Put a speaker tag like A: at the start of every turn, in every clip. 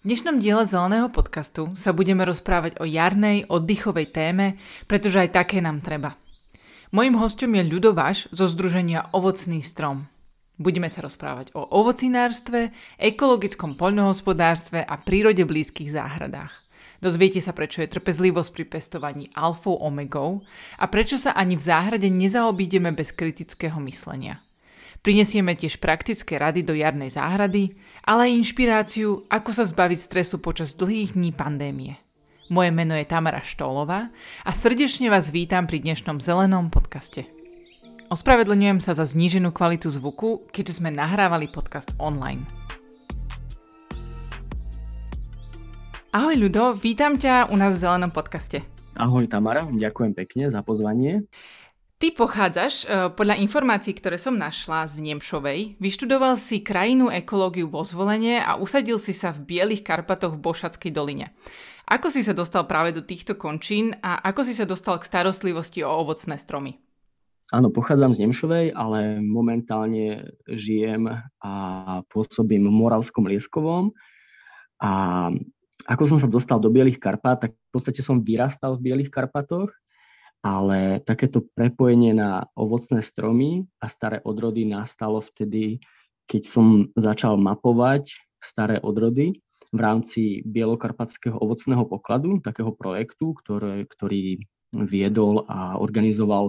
A: V dnešnom diele Zeleného podcastu sa budeme rozprávať o jarnej, oddychovej téme, pretože aj také nám treba. Mojím hosťom je Ľudo Vaš zo združenia Ovocný strom. Budeme sa rozprávať o ovocinárstve, ekologickom poľnohospodárstve a prírode blízkych záhradách. Dozviete sa, prečo je trpezlivosť pri pestovaní alfou omegou a prečo sa ani v záhrade nezaobídeme bez kritického myslenia. Prinesieme tiež praktické rady do jarnej záhrady, ale aj inšpiráciu, ako sa zbaviť stresu počas dlhých dní pandémie. Moje meno je Tamara Štólová a srdečne vás vítam pri dnešnom Zelenom podcaste. Ospravedlňujem sa za zníženú kvalitu zvuku, keďže sme nahrávali podcast online. Ahoj Ľudo, vítam ťa u nás v Zelenom podcaste.
B: Ahoj Tamara, ďakujem pekne za pozvanie.
A: Ty pochádzaš, podľa informácií, ktoré som našla z Nemšovej, vyštudoval si krajinu ekológiu vo Zvolene a usadil si sa v Bielých Karpatoch v Bošatskej doline. Ako si sa dostal práve do týchto končín a ako si sa dostal k starostlivosti o ovocné stromy?
B: Áno, pochádzam z Nemšovej, ale momentálne žijem a pôsobím v Moravskom Lieskovom. A ako som sa dostal do Bielých Karpat, tak v podstate som vyrastal v Bielých Karpatoch, ale takéto prepojenie na ovocné stromy a staré odrody nastalo vtedy, keď som začal mapovať staré odrody v rámci Bielokarpatského ovocného pokladu, takého projektu, ktorý viedol a organizoval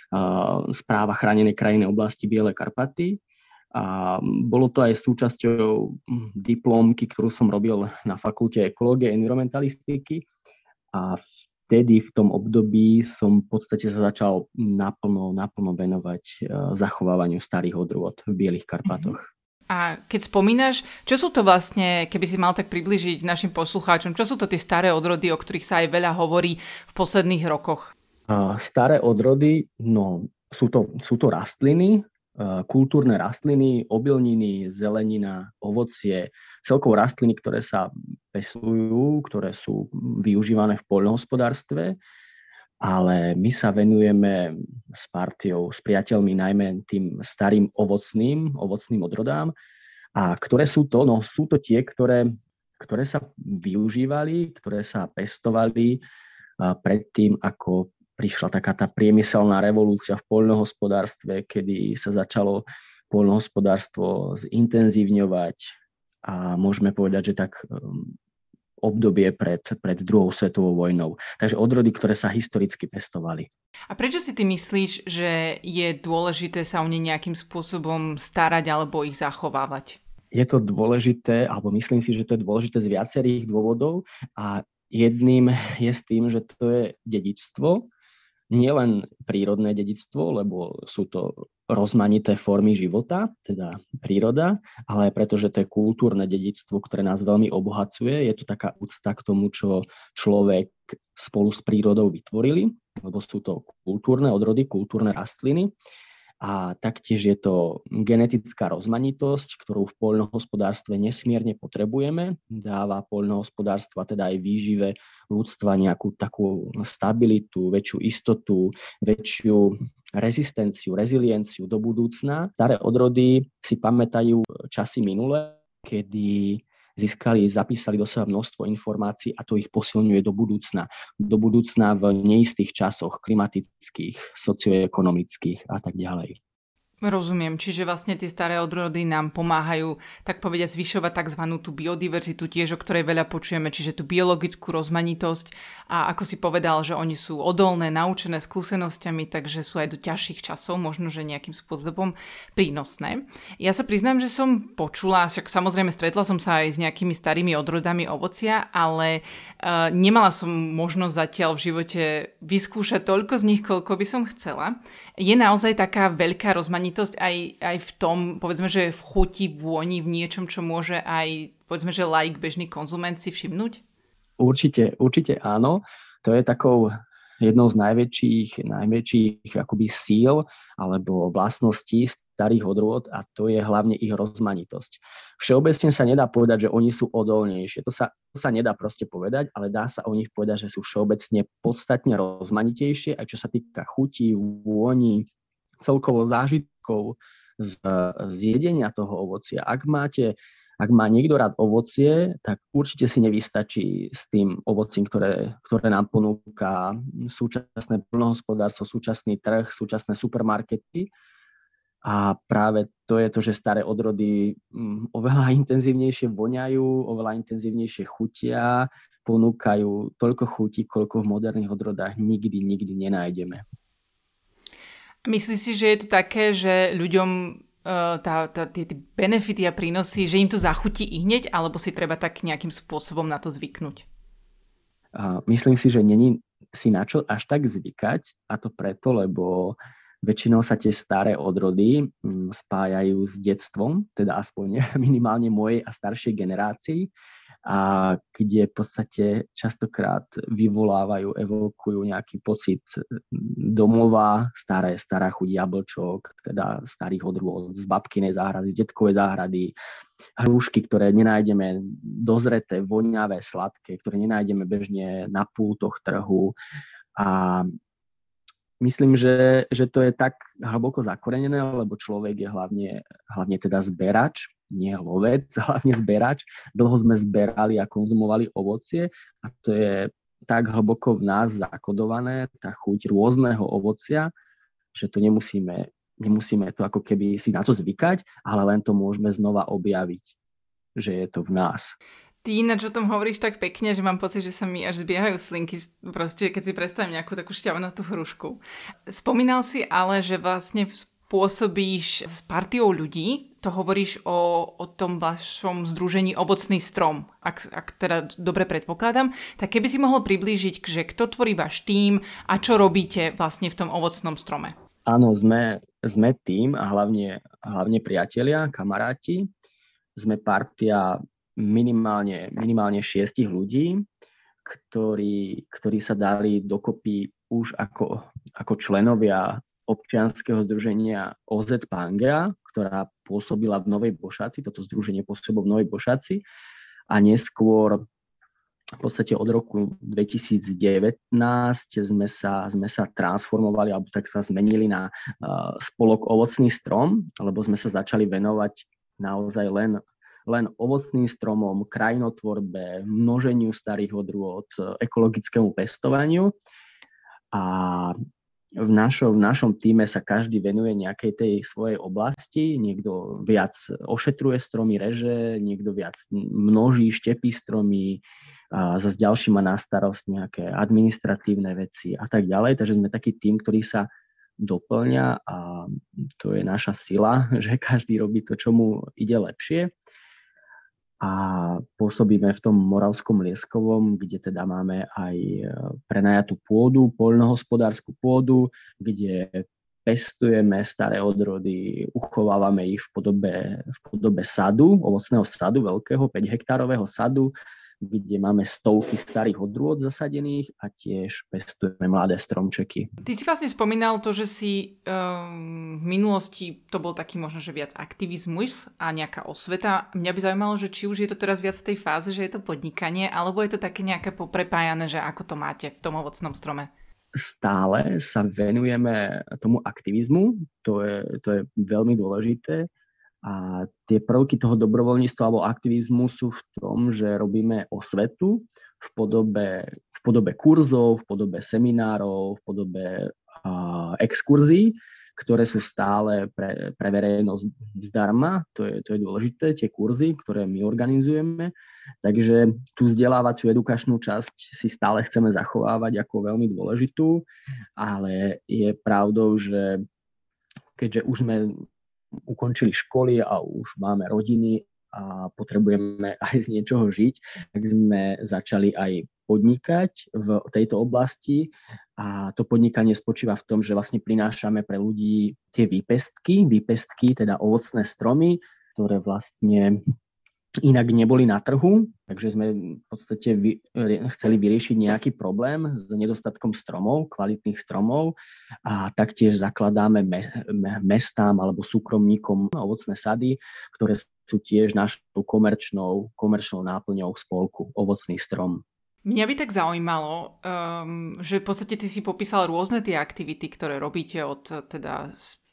B: Správa chránenej krajinnej oblasti Biele Karpaty. A bolo to aj súčasťou diplomky, ktorú som robil na Fakulte ekológie a environmentalistiky. A vtedy v tom období som v podstate sa začal naplno venovať zachovávaniu starých odrôd v Bielých Karpatoch.
A: A keď spomínaš, čo sú to vlastne, keby si mal tak približiť našim poslucháčom, čo sú to tie staré odrody, o ktorých sa aj veľa hovorí v posledných rokoch?
B: Staré odrody, sú to rastliny, kultúrne rastliny, obilniny, zelenina, ovocie, celkovo rastliny, ktoré sa pestujú, ktoré sú využívané v poľnohospodárstve, ale my sa venujeme s partiou, s priateľmi najmä tým starým ovocným odrodám. A ktoré sú to? No sú to tie, ktoré sa využívali, ktoré sa pestovali predtým, ako prišla taká tá priemyselná revolúcia v poľnohospodárstve, kedy sa začalo poľnohospodárstvo zintenzívňovať a môžeme povedať, že tak obdobie pred druhou svetovou vojnou. Takže odrody, ktoré sa historicky pestovali.
A: A prečo si ty myslíš, že je dôležité sa o ne nejakým spôsobom starať alebo ich zachovávať?
B: Je to dôležité, alebo myslím si, že to je dôležité z viacerých dôvodov a jedným je s tým, že to je dedičstvo, nielen prírodné dedičstvo, lebo sú to rozmanité formy života, teda príroda, ale aj preto, že to je kultúrne dedičstvo, ktoré nás veľmi obohacuje. Je to taká úcta k tomu, čo človek spolu s prírodou vytvorili, lebo sú to kultúrne odrody, kultúrne rastliny. A taktiež je to genetická rozmanitosť, ktorú v poľnohospodárstve nesmierne potrebujeme. Dáva poľnohospodárstvo, a teda aj výžive ľudstva nejakú takú stabilitu, väčšiu istotu, väčšiu rezistenciu, rezilienciu do budúcna. Staré odrody si pamätajú časy minulé, kedy zapísali do seba množstvo informácií a to ich posilňuje do budúcna. Do budúcna v neistých časoch klimatických, socioekonomických a tak ďalej.
A: Rozumiem, čiže vlastne tie staré odrody nám pomáhajú, tak povedať, zvyšovať tzv. Tú biodiverzitu tiež, o ktorej veľa počujeme, čiže tú biologickú rozmanitosť a ako si povedal, že oni sú odolné, naučené skúsenosťami, takže sú aj do ťažších časov, možno, že nejakým spôsobom prínosné. Ja sa priznám, že som počula, však samozrejme stretla som sa aj s nejakými starými odrodami ovocia, ale nemala som možnosť zatiaľ v živote vyskúšať toľko z nich, koľko by som chcela. Je naozaj taká veľká rozmanitosť aj v tom, povedzme, že v chuti, vôni, v niečom, čo môže aj, povedzme, že laik, bežný konzument si všimnúť?
B: Určite áno. To je takou jednou z najväčších akoby síl alebo vlastností starých odrôd a to je hlavne ich rozmanitosť. Všeobecne sa nedá povedať, že oni sú odolnejšie. To sa nedá proste povedať, ale dá sa o nich povedať, že sú všeobecne podstatne rozmanitejšie, aj čo sa týka chutí, vôni, celkovo zážitkov z jedenia toho ovocia. Ak máte Ak má niekto rád ovocie, tak určite si nevystačí s tým ovocím, ktoré nám ponúka súčasné poľnohospodárstvo, súčasný trh, súčasné supermarkety. A práve to je to, že staré odrody oveľa intenzívnejšie voňajú, oveľa intenzívnejšie chutia, ponúkajú toľko chutí, koľko v moderných odrodách nikdy nenájdeme.
A: Myslíš si, že je to také, že ľuďom tie benefity a prínosy, že im to zachutí i hneď, alebo si treba tak nejakým spôsobom na to zvyknúť?
B: Myslím si, že není si na čo až tak zvykať, a to preto, lebo väčšinou sa tie staré odrody spájajú s detstvom, teda aspoň minimálne mojej a staršej generácii, a kde v podstate častokrát vyvolávajú, evokujú nejaký pocit domova, stará chuť jablčok, teda starých odrôd, z babkinej záhrady, z detkovej záhrady, hrušky, ktoré nenájdeme dozreté, voňavé, sladké, ktoré nenájdeme bežne na pultoch trhu. A myslím, že to je tak hlboko zakorenené, lebo človek je hlavne teda zberač, nie lovec, hlavne zberač. Dlho sme zberali a konzumovali ovocie a to je tak hlboko v nás zakodované, tá chuť rôzneho ovocia, že to nemusíme to ako keby si na to zvykať, ale len to môžeme znova objaviť, že je to v nás.
A: Ty ináč o tom hovoríš tak pekne, že mám pocit, že sa mi až zbiehajú slinky, proste keď si predstavím nejakú takú šťavnatú hrušku. Spomínal si ale, že vlastne pôsobíš s partiou ľudí, to hovoríš o tom vašom združení Ovocný strom, ak teda dobre predpokladám, tak keby si mohol priblížiť, že kto tvorí váš tím a čo robíte vlastne v tom ovocnom strome?
B: Áno, sme tím a hlavne priatelia, kamaráti. Sme partia minimálne 6 ľudí, ktorí sa dali dokopy už ako členovia občianskeho združenia OZ Pangea, ktorá pôsobila v Novej Bošaci, toto združenie pôsobilo v Novej Bošaci a neskôr v podstate od roku 2019 sme sa transformovali, alebo tak sa zmenili na spolok Ovocný strom, lebo sme sa začali venovať naozaj len ovocným stromom, krajinotvorbe, množeniu starých odrôd, ekologickému pestovaniu. A v našom tíme sa každý venuje nejakej tej svojej oblasti. Niekto viac ošetruje stromy, reže, niekto viac množí, štepí stromy, a zase ďalší má na starosť nejaké administratívne veci a tak ďalej. Takže sme taký tím, ktorý sa doplňa a to je naša sila, že každý robí to, čo mu ide lepšie. A pôsobíme v tom Moravskom Lieskovom, kde teda máme aj prenajatú pôdu, poľnohospodársku pôdu, kde pestujeme staré odrody, uchovávame ich v podobe sadu, ovocného sadu, veľkého 5-hektárového sadu, kde máme stovky starých odrôd zasadených a tiež pestujeme mladé stromčeky.
A: Ty si vlastne spomínal to, že si v minulosti to bol taký možno, že viac aktivizmus a nejaká osveta. Mňa by zaujímalo, že či už je to teraz viac v tej fáze, že je to podnikanie, alebo je to také nejaké poprepájané, že ako to máte v tom ovocnom strome?
B: Stále sa venujeme tomu aktivizmu, to je veľmi dôležité. A tie prvky toho dobrovoľníctva alebo aktivizmu sú v tom, že robíme osvetu v podobe kurzov, v podobe seminárov, v podobe exkurzií, ktoré sú stále pre verejnosť zdarma. To je dôležité, tie kurzy, ktoré my organizujeme. Takže tú vzdelávaciu edukačnú časť si stále chceme zachovávať ako veľmi dôležitú, ale je pravdou, že keďže už sme ukončili školy a už máme rodiny a potrebujeme aj z niečoho žiť, tak sme začali aj podnikať v tejto oblasti a to podnikanie spočíva v tom, že vlastne prinášame pre ľudí tie výpestky, teda ovocné stromy, ktoré vlastne inak neboli na trhu, takže sme v podstate chceli vyriešiť nejaký problém s nedostatkom stromov, kvalitných stromov a taktiež zakladáme mestám alebo súkromníkom ovocné sady, ktoré sú tiež našou komerčnou náplňou spolku Ovocný strom.
A: Mňa by tak zaujímalo, že v podstate ty si popísal rôzne tie aktivity, ktoré robíte od teda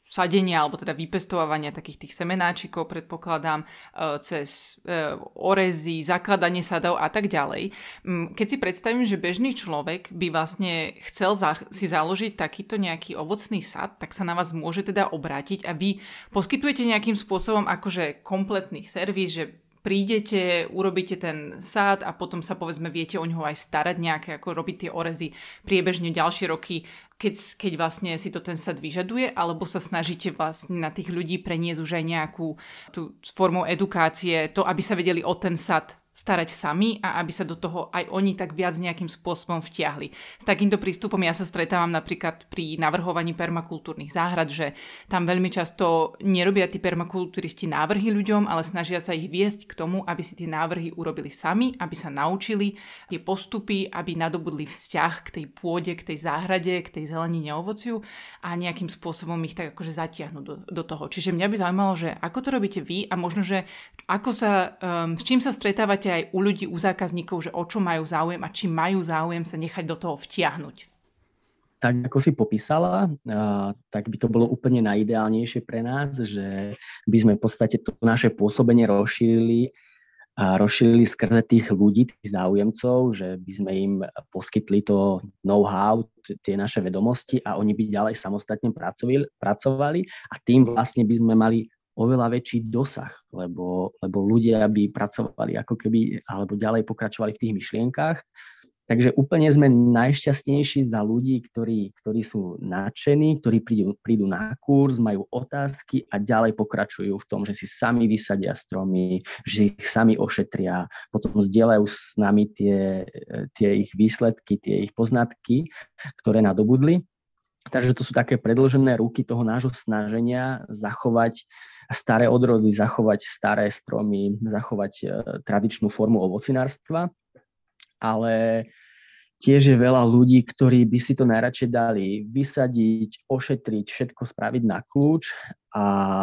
A: sadenia alebo teda vypestovania takých tých semenáčikov, predpokladám, cez orezy, zakladanie sadov a tak ďalej. Keď si predstavím, že bežný človek by vlastne chcel si založiť takýto nejaký ovocný sad, tak sa na vás môže teda obrátiť a vy poskytujete nejakým spôsobom akože kompletný servis, že prídete, urobíte ten sád a potom sa povedzme viete o ňoho aj starať nejaké, ako robiť tie orezy priebežne ďalšie roky, keď vlastne si to ten sad vyžaduje, alebo sa snažíte vlastne na tých ľudí preniesť už aj nejakú tú formou edukácie, to, aby sa vedeli o ten sad starať sami a aby sa do toho aj oni tak viac nejakým spôsobom vtiahli. S takýmto prístupom ja sa stretávam napríklad pri navrhovaní permakultúrnych záhrad, že tam veľmi často nerobia tí permakulturisti návrhy ľuďom, ale snažia sa ich viesť k tomu, aby si tie návrhy urobili sami, aby sa naučili tie postupy, aby nadobudli vzťah k tej pôde, k tej záhrade, k tej zelenine a ovociu a nejakým spôsobom ich tak akože zatiahnuť do toho. Čiže mňa by zaujímalo, že ako to robíte vy a možno, že ako sa, s čím sa stretávate aj u ľudí, u zákazníkov, že o čo majú záujem a či majú záujem sa nechať do toho vtiahnuť.
B: Tak ako si popísala, tak by to bolo úplne najideálnejšie pre nás, že by sme v podstate to naše pôsobenie rozšírili skrze tých ľudí, tých záujemcov, že by sme im poskytli to know-how, tie naše vedomosti a oni by ďalej samostatne pracovali a tým vlastne by sme mali oveľa väčší dosah, lebo ľudia by pracovali ako keby, alebo ďalej pokračovali v tých myšlienkách. Takže úplne sme najšťastnejší za ľudí, ktorí sú nadšení, ktorí prídu na kurz, majú otázky a ďalej pokračujú v tom, že si sami vysadia stromy, že ich sami ošetria, potom zdieľajú s nami tie ich výsledky, tie ich poznatky, ktoré nadobudli. Takže to sú také predĺžené ruky toho nášho snaženia zachovať staré odrody, zachovať staré stromy, zachovať tradičnú formu ovocinárstva. Ale tiež je veľa ľudí, ktorí by si to najradšej dali vysadiť, ošetriť, všetko spraviť na kľúč a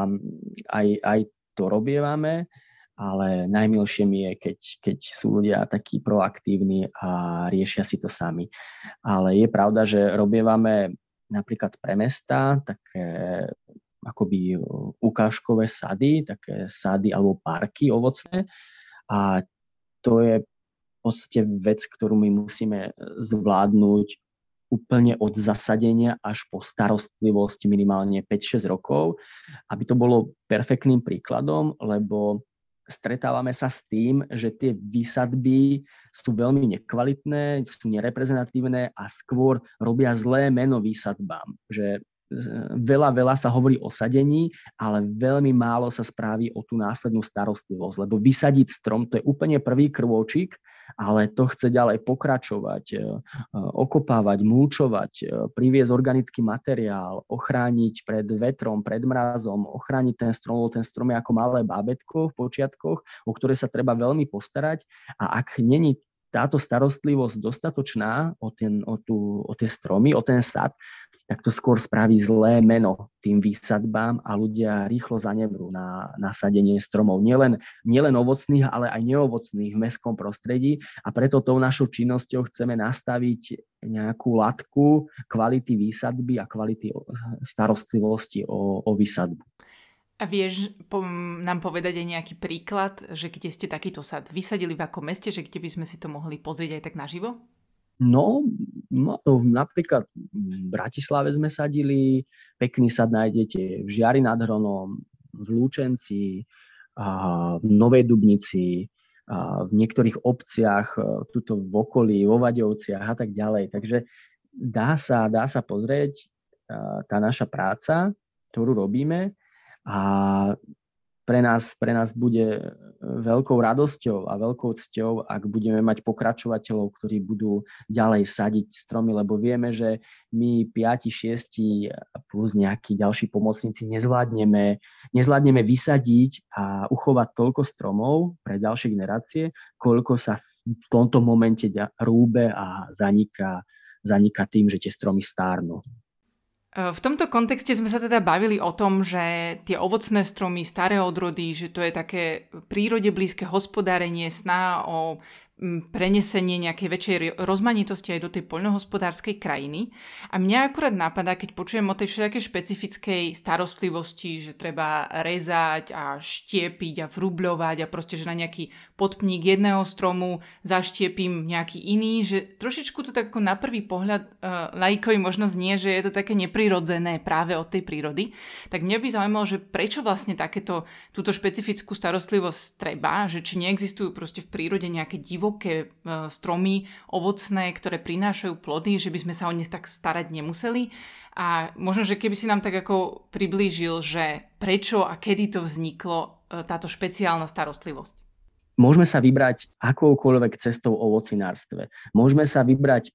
B: aj to robievame, ale najmilšie mi je, keď sú ľudia takí proaktívni a riešia si to sami. Ale je pravda, že robievame napríklad pre mesta také akoby ukážkové sady, také sady alebo parky ovocné a to je v podstate vec, ktorú my musíme zvládnuť úplne od zasadenia až po starostlivosť minimálne 5-6 rokov, aby to bolo perfektným príkladom, lebo stretávame sa s tým, že tie výsadby sú veľmi nekvalitné, sú nereprezentatívne a skôr robia zlé meno výsadbám. Že veľa sa hovorí o sadení, ale veľmi málo sa spraví o tú následnú starostlivosť, lebo vysadiť strom to je úplne prvý krôčik, ale to chce ďalej pokračovať, okopávať, mulčovať, priviesť organický materiál, ochrániť pred vetrom, pred mrazom, ochrániť ten strom je ako malé bábätko v počiatkoch, o ktoré sa treba veľmi postarať a ak není táto starostlivosť dostatočná o tie stromy, o ten sad, tak to skôr spraví zlé meno tým výsadbám a ľudia rýchlo zanevrú na sadenie stromov. Nielen ovocných, ale aj neovocných v mestskom prostredí a preto tou našou činnosťou chceme nastaviť nejakú latku kvality výsadby a kvality starostlivosti o výsadbu.
A: A vieš nám povedať aj nejaký príklad, že keď ste takýto sad vysadili v akom meste, že kde by sme si to mohli pozrieť aj tak naživo?
B: No napríklad v Bratislave sme sadili, pekný sad nájdete v Žiari nad Hronom, v Lúčenci, v Novej Dubnici, v niektorých obciach, tuto v okolí, vo Vadovciach a tak ďalej. Takže dá sa pozrieť tá naša práca, ktorú robíme, a pre nás bude veľkou radosťou a veľkou cťou, ak budeme mať pokračovateľov, ktorí budú ďalej sadiť stromy, lebo vieme, že my 5-6 plus nejakí ďalší pomocníci nezvládneme vysadiť a uchovať toľko stromov pre ďalšie generácie, koľko sa v tomto momente rúbe a zaniká tým, že tie stromy stárnu.
A: V tomto kontexte sme sa teda bavili o tom, že tie ovocné stromy, staré odrody, že to je také prírode blízke hospodárenie, snaha o prenesenie nejakej väčšej rozmanitosti aj do tej poľnohospodárskej krajiny. A mňa akurát napadá, keď počujem o tej všetkej špecifickej starostlivosti, že treba rezať a štiepiť a vrubľovať a proste, že na nejaký podpník jedného stromu zaštiepím nejaký iný, že trošičku to tak ako na prvý pohľad laikovi možno znie, že je to také neprirodzené práve od tej prírody. Tak mňa by zaujímalo, že prečo vlastne túto špecifickú starostlivosť treba, že či neexistujú proste v prírode nejaké divoké stromy ovocné, ktoré prinášajú plody, že by sme sa o ne tak starať nemuseli. A možno, že keby si nám tak ako priblížil, že prečo a kedy to vzniklo, táto špeciálna starostlivosť.
B: Môžeme sa vybrať akoukoľvek cestou ovocinárstve. Môžeme sa vybrať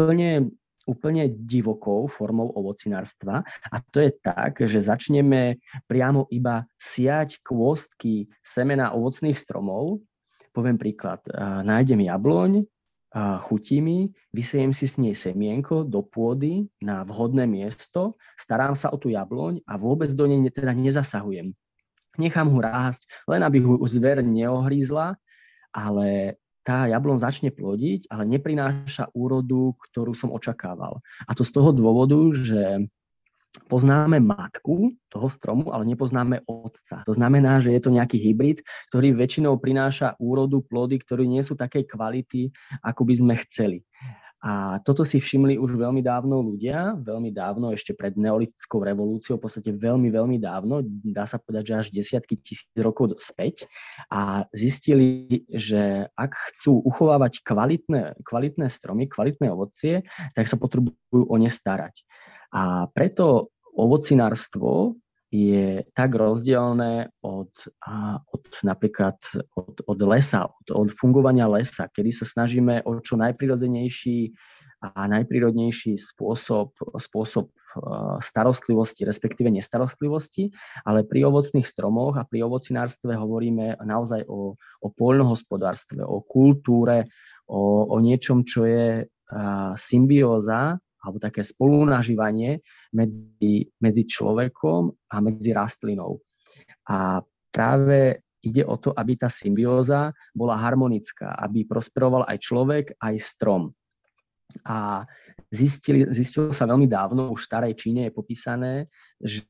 B: úplne divokou formou ovocinárstva a to je tak, že začneme priamo iba siať kôstky semena ovocných stromov. Poviem príklad, nájdem jabloň, chutí mi, vysejem si s nej semienko do pôdy na vhodné miesto, starám sa o tú jabloň a vôbec do nej teda nezasahujem. Nechám ho rásť, len aby ho zver neohrízla, ale tá jabloň začne plodiť, ale neprináša úrodu, ktorú som očakával. A to z toho dôvodu, že poznáme matku toho stromu, ale nepoznáme otca. To znamená, že je to nejaký hybrid, ktorý väčšinou prináša úrodu, plody, ktoré nie sú takej kvality, ako by sme chceli. A toto si všimli už veľmi dávno ľudia, veľmi dávno, ešte pred neolitickou revolúciou, v podstate veľmi, veľmi dávno, dá sa povedať, že až desiatky tisíc rokov späť. A zistili, že ak chcú uchovávať kvalitné stromy, kvalitné ovocie, tak sa potrebujú o ne starať. A preto ovocinárstvo je tak rozdielne od napríklad od lesa, od fungovania lesa, kedy sa snažíme o čo najprirodzenejší a najprírodnejší spôsob starostlivosti, respektíve nestarostlivosti, ale pri ovocných stromoch a pri ovocinárstve hovoríme naozaj o poľnohospodárstve, o kultúre, o niečom, čo je symbióza alebo také spolunažívanie medzi človekom a medzi rastlinou. A práve ide o to, aby tá symbióza bola harmonická, aby prosperoval aj človek, aj strom. A zistilo sa veľmi dávno, už v starej Číne je popísané, že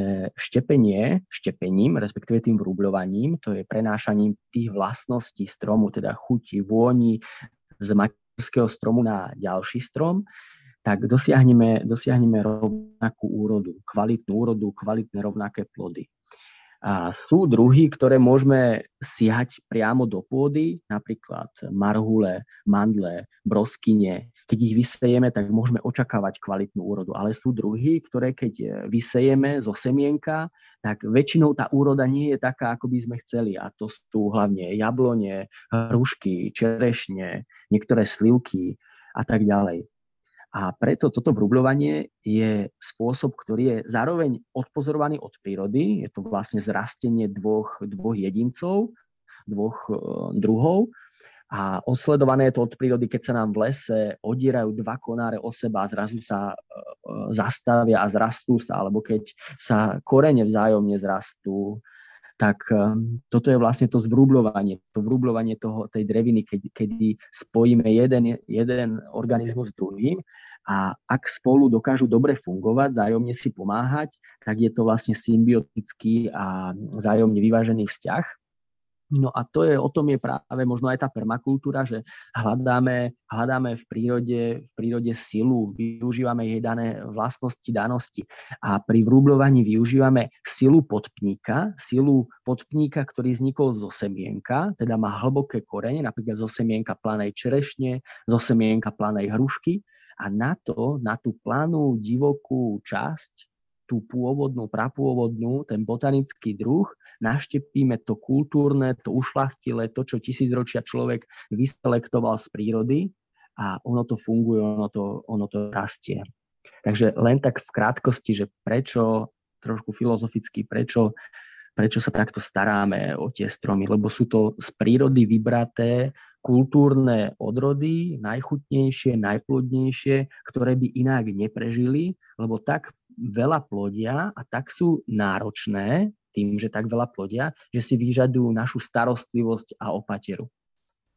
B: štepením, respektíve tým vrubľovaním, to je prenášaním tých vlastností stromu, teda chuti, vôni z materského stromu na ďalší strom, tak dosiahneme rovnakú úrodu, kvalitné rovnaké plody. A sú druhy, ktoré môžeme siať priamo do pôdy, napríklad marhule, mandle, broskyne. Keď ich vysejeme, tak môžeme očakávať kvalitnú úrodu. Ale sú druhy, ktoré keď vysejeme zo semienka, tak väčšinou tá úroda nie je taká, ako by sme chceli. A to sú hlavne jablone, hrušky, čerešne, niektoré slivky a tak ďalej. A preto toto vrubľovanie je spôsob, ktorý je zároveň odpozorovaný od prírody. Je to vlastne zrastenie dvoch jedincov, dvoch druhov. A odsledované je to od prírody, keď sa nám v lese odierajú dva konáre o seba a zrazu sa zastavia a zrastú sa, alebo keď sa korene vzájomne zrastú. Tak toto je vlastne to zvrubľovanie, tej dreviny, kedy spojíme jeden organizmus s druhým a ak spolu dokážu dobre fungovať, vzájomne si pomáhať, tak je to vlastne symbiotický a vzájomne vyvážený vzťah. No a o tom je práve možno aj tá permakultúra, že hľadáme v prírode silu, využívame jej dané vlastnosti, danosti. A pri vrúbľovaní využívame silu podpníka, ktorý vznikol zo semienka, teda má hlboké korene, napríklad zo semienka planej čerešne, zo semienka planej hrušky. A na tú planú, divokú časť, tú prapôvodnú, ten botanický druh, naštepíme to kultúrne, to ušľachtilé, to, čo tisícročia človek vyselektoval z prírody a ono to funguje, ono to rastie. Takže len tak v krátkosti, že trošku filozoficky, prečo sa takto staráme o tie stromy, lebo sú to z prírody vybraté kultúrne odrody, najchutnejšie, najplodnejšie, ktoré by inak neprežili, lebo tak veľa plodia a tak sú náročné tým, že tak veľa plodia, že si vyžadujú našu starostlivosť a opateru.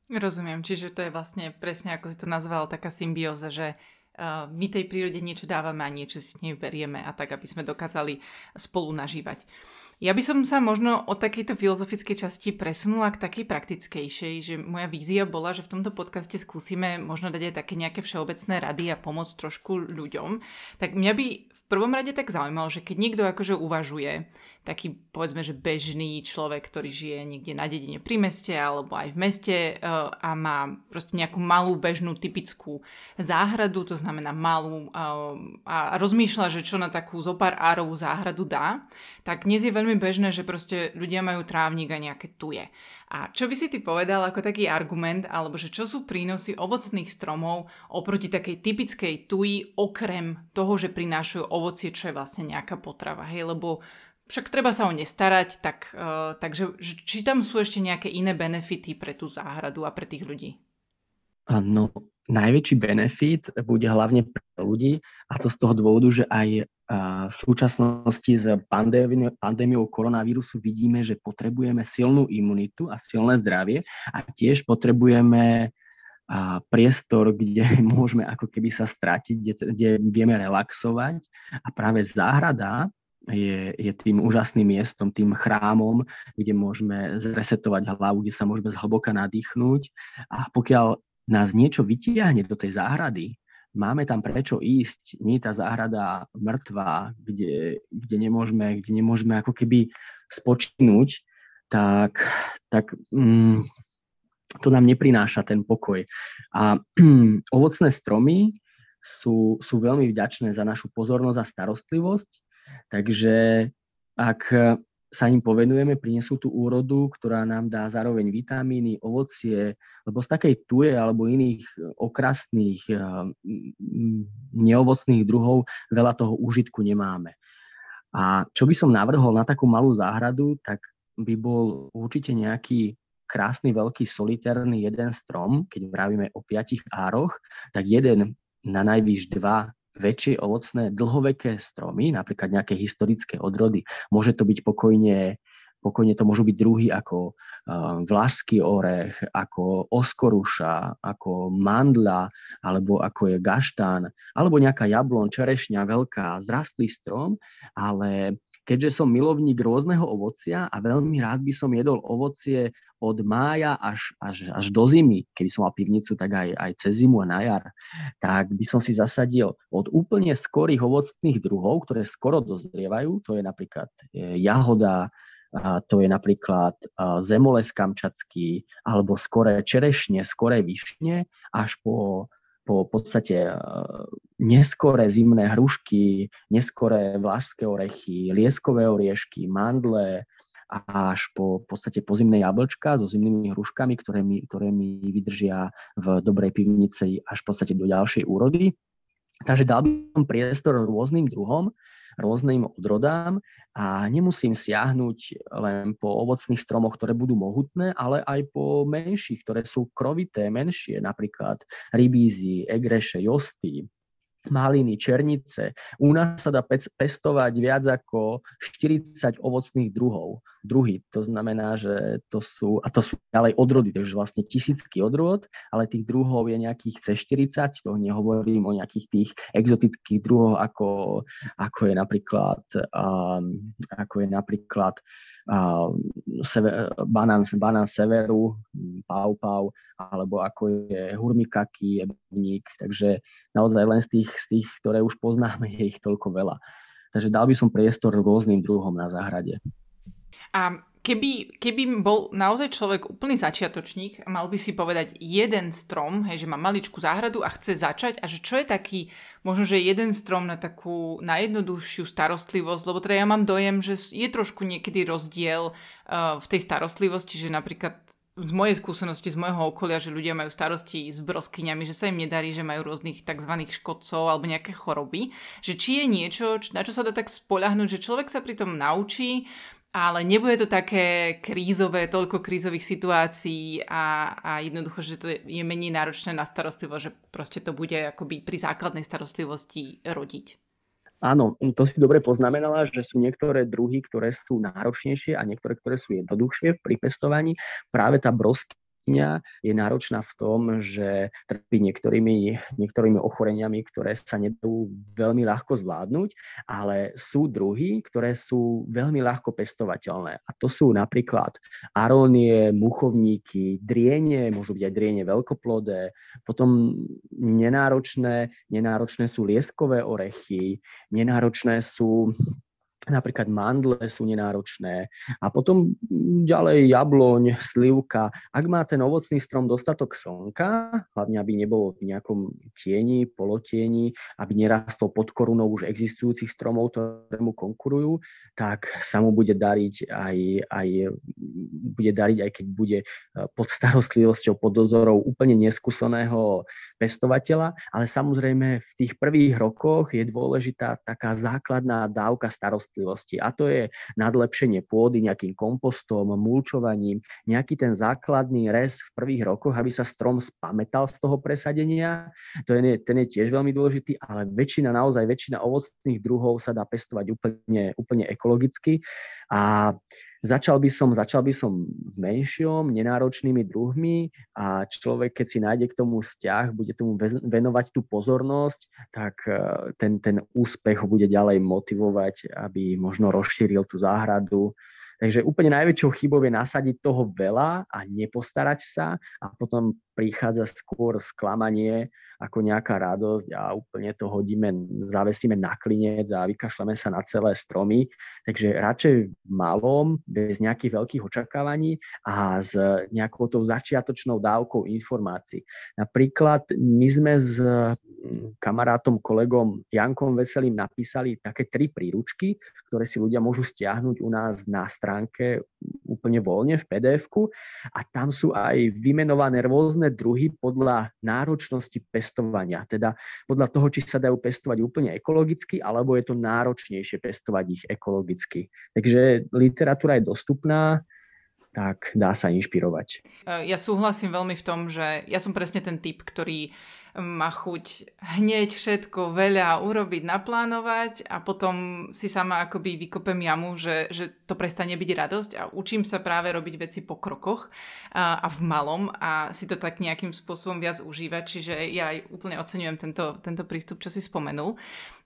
A: Rozumiem, čiže to je vlastne presne ako si to nazval, taká symbióza, že my tej prírode niečo dávame a niečo si s nej berieme a tak, aby sme dokázali spolu nažívať. Ja by som sa možno od takejto filozofickej časti presunula k takej praktickejšej, že moja vízia bola, že v tomto podcaste skúsime možno dať aj také nejaké všeobecné rady a pomôcť trošku ľuďom. Tak mňa by v prvom rade tak zaujímalo, že keď niekto akože uvažuje, taký povedzme, že bežný človek, ktorý žije niekde na dedine pri meste alebo aj v meste a má proste nejakú malú bežnú typickú záhradu, to znamená malú a rozmýšľa, že čo na takú zopár árovú záhradu dá, tak dnes je veľmi bežné, že proste ľudia majú trávnik a nejaké tuje. A čo by si ty povedal ako taký argument, alebo že čo sú prínosy ovocných stromov oproti takej typickej tuji, okrem toho, že prinášajú ovocie, čo je vlastne nejaká potrava, hej, lebo však treba sa o ne starať, takže či tam sú ešte nejaké iné benefity pre tú záhradu a pre tých ľudí?
B: No, najväčší benefit bude hlavne pre ľudí, a to z toho dôvodu, že aj v súčasnosti s pandémiou koronavírusu vidíme, že potrebujeme silnú imunitu a silné zdravie a tiež potrebujeme priestor, kde môžeme ako keby sa stratiť, kde vieme relaxovať, a práve záhrada je tým úžasným miestom, tým chrámom, kde môžeme zresetovať hlavu, kde sa môžeme zhlboka nadýchnúť, a pokiaľ nás niečo vytiahne do tej záhrady, máme tam prečo ísť, nie je tá záhrada mŕtvá, kde nemôžeme ako keby spočinúť, tak to nám neprináša ten pokoj. A ovocné stromy sú veľmi vďačné za našu pozornosť a starostlivosť, takže ak sa im povenujeme, prinesú tú úrodu, ktorá nám dá zároveň vitamíny, ovocie, lebo z takej tuje alebo iných okrasných neovocných druhov veľa toho úžitku nemáme. A čo by som navrhol na takú malú záhradu, tak by bol určite nejaký krásny, veľký, solitárny jeden strom, keď vravíme o 5 ároch, tak jeden, na najvýš 2 väčšie ovocné dlhoveké stromy, napríklad nejaké historické odrody. Môže to byť pokojne to môžu byť druhy ako vlašský orech, ako oskoruša, ako mandla, alebo ako je gaštán, alebo nejaká jablon, čerešňa veľká, zrastlý strom, ale keďže som milovník rôzneho ovocia a veľmi rád by som jedol ovocie od mája až do zimy, keby som mal pivnicu, tak aj cez zimu a na jar, tak by som si zasadil od úplne skorých ovocných druhov, ktoré skoro dozrievajú, to je napríklad jahoda, to je napríklad zemoles kamčatský, alebo skoré čerešne, skoré višne, až po podstate neskoré zimné hrušky, neskoré vlašské orechy, lieskové oriešky, mandle, až po podstate pozimné jablčka so zimnými hruškami, ktoré mi vydržia v dobrej pivnici až v podstate do ďalšej úrody. Takže dal by som priestor rôznym druhom, rôznym odrodám a nemusím siahnuť len po ovocných stromoch, ktoré budú mohutné, ale aj po menších, ktoré sú krovité, menšie, napríklad rybízy, egreše, josty, maliny, černice. U nás sa dá pestovať viac ako 40 ovocných druhy. To znamená, že to sú ďalej odrody, takže vlastne tisícky odrôd, ale tých druhov je nejakých cez 40, to nehovorím o nejakých tých exotických druhoch, ako je napríklad banán severu, pau, alebo ako je hurmikaký, ebník, takže naozaj len z tých, ktoré už poznáme, je ich toľko veľa. Takže dal by som priestor rôznym druhom na záhrade.
A: A keby bol naozaj človek úplný začiatočník, mal by si povedať jeden strom, hej, že má maličkú záhradu a chce začať, a že čo je taký, možno, že jeden strom na takú najjednoduchšiu starostlivosť, lebo teda ja mám dojem, že je trošku niekedy rozdiel v tej starostlivosti, že napríklad z mojej skúsenosti, z môjho okolia, že ľudia majú starosti s broskyňami, že sa im nedarí, že majú rôznych tzv. Škodcov alebo nejaké choroby, že či je niečo, na čo sa dá tak spoľahnúť, že človek sa pri tom naučí, ale nebude to také krízové, toľko krízových situácií a jednoducho, že to je menej náročné na starostlivosť, že proste to bude akoby pri základnej starostlivosti rodiť.
B: Áno, to si dobre poznamenala, že sú niektoré druhy, ktoré sú náročnejšie a niektoré, ktoré sú jednoduchšie pri pestovaní. Práve tá broskyňa živočíškyňa, je náročná v tom, že trpí niektorými ochoreniami, ktoré sa nedajú veľmi ľahko zvládnuť, ale sú druhy, ktoré sú veľmi ľahko pestovateľné. A to sú napríklad arónie, muchovníky, driene, môžu byť aj driene veľkoplodé, potom nenáročné sú lieskové orechy, nenáročné sú napríklad mandle sú nenáročné a potom ďalej jabloň, slivka. Ak má ten ovocný strom dostatok slnka, hlavne aby nebolo v nejakom tieni, polotieni, aby nerastol pod korunou už existujúcich stromov, ktoré mu konkurujú, tak sa mu bude dariť aj keď bude pod starostlivosťou, pod dozorou úplne neskúseného pestovateľa, ale samozrejme v tých prvých rokoch je dôležitá taká základná dávka starostlivosti. A to je nadlepšenie pôdy nejakým kompostom, mulčovaním, nejaký ten základný rez v prvých rokoch, aby sa strom spamätal z toho presadenia. Ten je tiež veľmi dôležitý, ale naozaj väčšina ovocných druhov sa dá pestovať úplne ekologicky. A Začal by som s menším, nenáročnými druhmi a človek, keď si nájde k tomu vzťah, bude tomu venovať tú pozornosť, tak ten úspech ho bude ďalej motivovať, aby možno rozšíril tú záhradu. Takže úplne najväčšou chybou je nasadiť toho veľa a nepostarať sa a potom prichádza skôr sklamanie ako nejaká radosť a úplne to zavesíme na klinec a vykašľame sa na celé stromy. Takže radšej v malom, bez nejakých veľkých očakávaní a s nejakou tou začiatočnou dávkou informácií. Napríklad my sme s kamarátom, kolegom Jankom Veselým napísali také 3 príručky, ktoré si ľudia môžu stiahnuť u nás na stránke úplne voľne v PDF-ku a tam sú aj vymenované rôzne druhy podľa náročnosti pestovania. Teda podľa toho, či sa dajú pestovať úplne ekologicky, alebo je to náročnejšie pestovať ich ekologicky. Takže literatúra je dostupná, tak dá sa inšpirovať.
A: Ja súhlasím veľmi v tom, že ja som presne ten typ, ktorý má chuť hneď všetko veľa urobiť, naplánovať a potom si sama akoby vykopem jamu, že to prestane byť radosť a učím sa práve robiť veci po krokoch a v malom a si to tak nejakým spôsobom viac užívať, čiže ja aj úplne oceňujem tento prístup, čo si spomenul.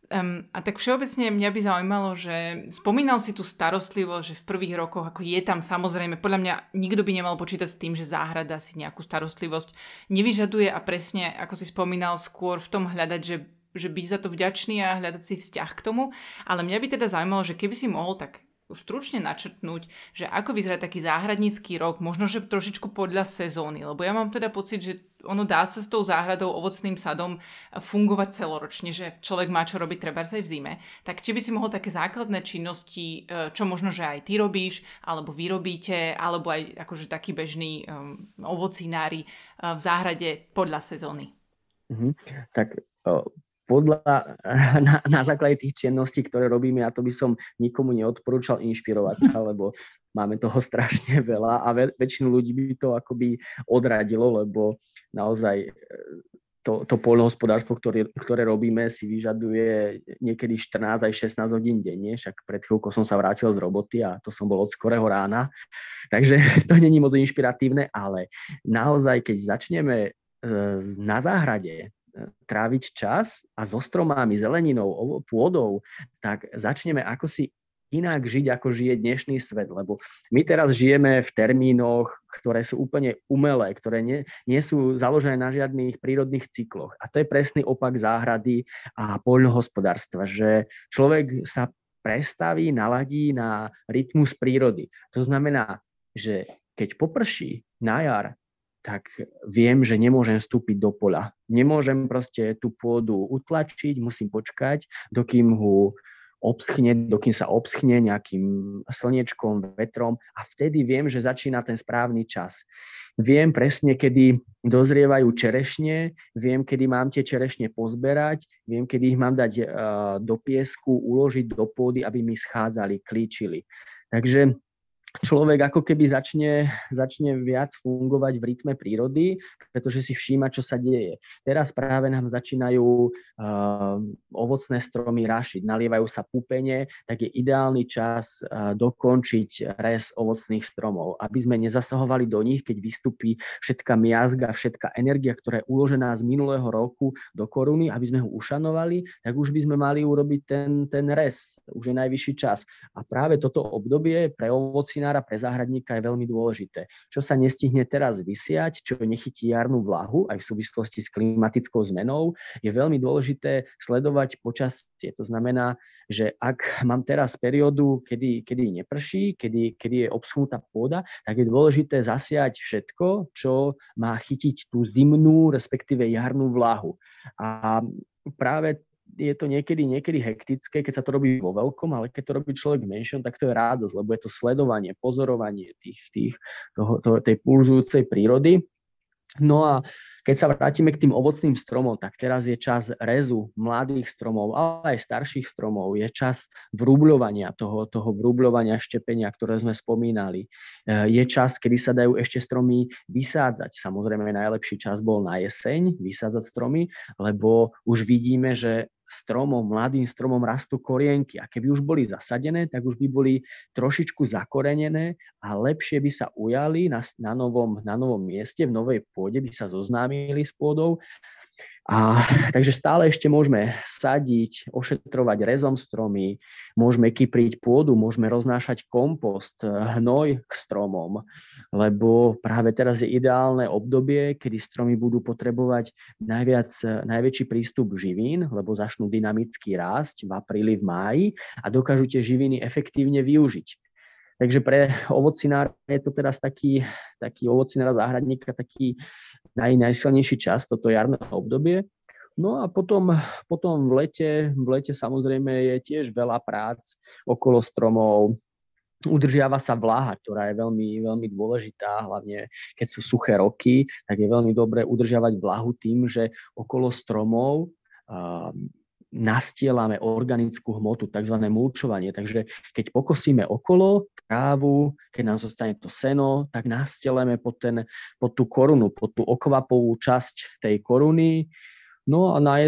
A: A tak všeobecne mňa by zaujímalo, že spomínal si tú starostlivosť, že v prvých rokoch ako je tam samozrejme, podľa mňa nikto by nemal počítať s tým, že záhrada si nejakú starostlivosť nevyžaduje a presne, ako si spomínal, skôr v tom hľadať, že byť za to vďačný a hľadať si vzťah k tomu. Ale mňa by teda zaujímalo, že keby si mohol tak stručne načrtnúť, že ako vyzerá taký záhradnícky rok, možno, že trošičku podľa sezóny, lebo ja mám teda pocit, že ono dá sa s tou záhradou, ovocným sadom fungovať celoročne, že človek má čo robiť trebárs aj v zime. Tak či by si mohol také základné činnosti, čo možno, že aj ty robíš, alebo vy robíte, alebo aj akože takí bežní ovocinári v záhrade podľa sezóny.
B: Tak na základe tých činností, ktoré robíme, a to by som nikomu neodporúčal inšpirovať sa, lebo máme toho strašne veľa a väčšinu ľudí by to akoby odradilo, lebo naozaj to poľnohospodárstvo, ktoré robíme, si vyžaduje niekedy 14 aj 16 hodín denne, však pred chvíľkou som sa vrátil z roboty a to som bol od skorého rána, takže to není moc inšpiratívne, ale naozaj, keď začneme na záhrade tráviť čas a so stromami, zeleninou, pôdou, tak začneme ako si inak žiť, ako žije dnešný svet, lebo my teraz žijeme v termínoch, ktoré sú úplne umelé, ktoré nie sú založené na žiadnych prírodných cykloch. A to je presný opak záhrady a poľnohospodárstva, že človek sa prestaví, naladí na rytmus prírody. To znamená, že keď poprší na jar, tak viem, že nemôžem vstúpiť do poľa. Nemôžem proste tú pôdu utlačiť, musím počkať, dokým sa obschne nejakým slniečkom, vetrom a vtedy viem, že začína ten správny čas. Viem presne, kedy dozrievajú čerešne, viem, kedy mám tie čerešne pozberať, viem, kedy ich mám dať do piesku, uložiť do pôdy, aby mi schádzali, klíčili. Takže človek ako keby začne viac fungovať v rytme prírody, pretože si všíma, čo sa deje. Teraz práve nám začínajú ovocné stromy rašiť, nalievajú sa pupene, tak je ideálny čas dokončiť rez ovocných stromov, aby sme nezasahovali do nich, keď vystupí všetká miazga, všetká energia, ktorá je uložená z minulého roku do koruny, aby sme ho ušanovali, tak už by sme mali urobiť ten rez. Už je najvyšší čas. A práve toto obdobie pre ovocinára, pre záhradníka je veľmi dôležité. Čo sa nestihne teraz vysiať, čo nechytí jarnú vlahu, aj v súvislosti s klimatickou zmenou, je veľmi dôležité sledovať počasie. To znamená, že ak mám teraz periódu, kedy neprší, kedy je obschnutá pôda, tak je dôležité zasiať všetko, čo má chytiť tú zimnú, respektíve jarnú vlahu. A práve je to niekedy hektické, keď sa to robí vo veľkom, ale keď to robí človek menšom, tak to je radosť, lebo je to sledovanie, pozorovanie tej pulzujúcej prírody. No a keď sa vrátime k tým ovocným stromom, tak teraz je čas rezu mladých stromov, ale aj starších stromov. Je čas vrúbľovania, toho vrúbľovania, štepenia, ktoré sme spomínali. Je čas, kedy sa dajú ešte stromy vysádzať. Samozrejme, najlepší čas bol na jeseň vysádzať stromy, lebo už vidíme, že mladým stromom rastú korienky a keby už boli zasadené, tak už by boli trošičku zakorenené a lepšie by sa ujali na novom mieste, v novej pôde by sa zoznámili s pôdou. Takže stále ešte môžeme sadiť, ošetrovať rezom stromy, môžeme kypriť pôdu, môžeme roznášať kompost, hnoj k stromom, lebo práve teraz je ideálne obdobie, kedy stromy budú potrebovať najväčší prístup živín, lebo začnú dynamicky rásť v apríli, v máji a dokážu tie živiny efektívne využiť. Takže pre ovocinára je to teraz taký ovocinára záhradníka taký najsilnejší čas, toto jarné obdobie. No a potom v lete samozrejme je tiež veľa prác okolo stromov. Udržiava sa vláha, ktorá je veľmi, veľmi dôležitá, hlavne keď sú suché roky, tak je veľmi dobré udržiavať vláhu tým, že okolo stromov nastielame organickú hmotu, tzv. Mulčovanie. Takže keď pokosíme okolo trávu, keď nám zostane to seno, tak nastielame pod tú korunu, pod tú okvapovú časť tej koruny. No a na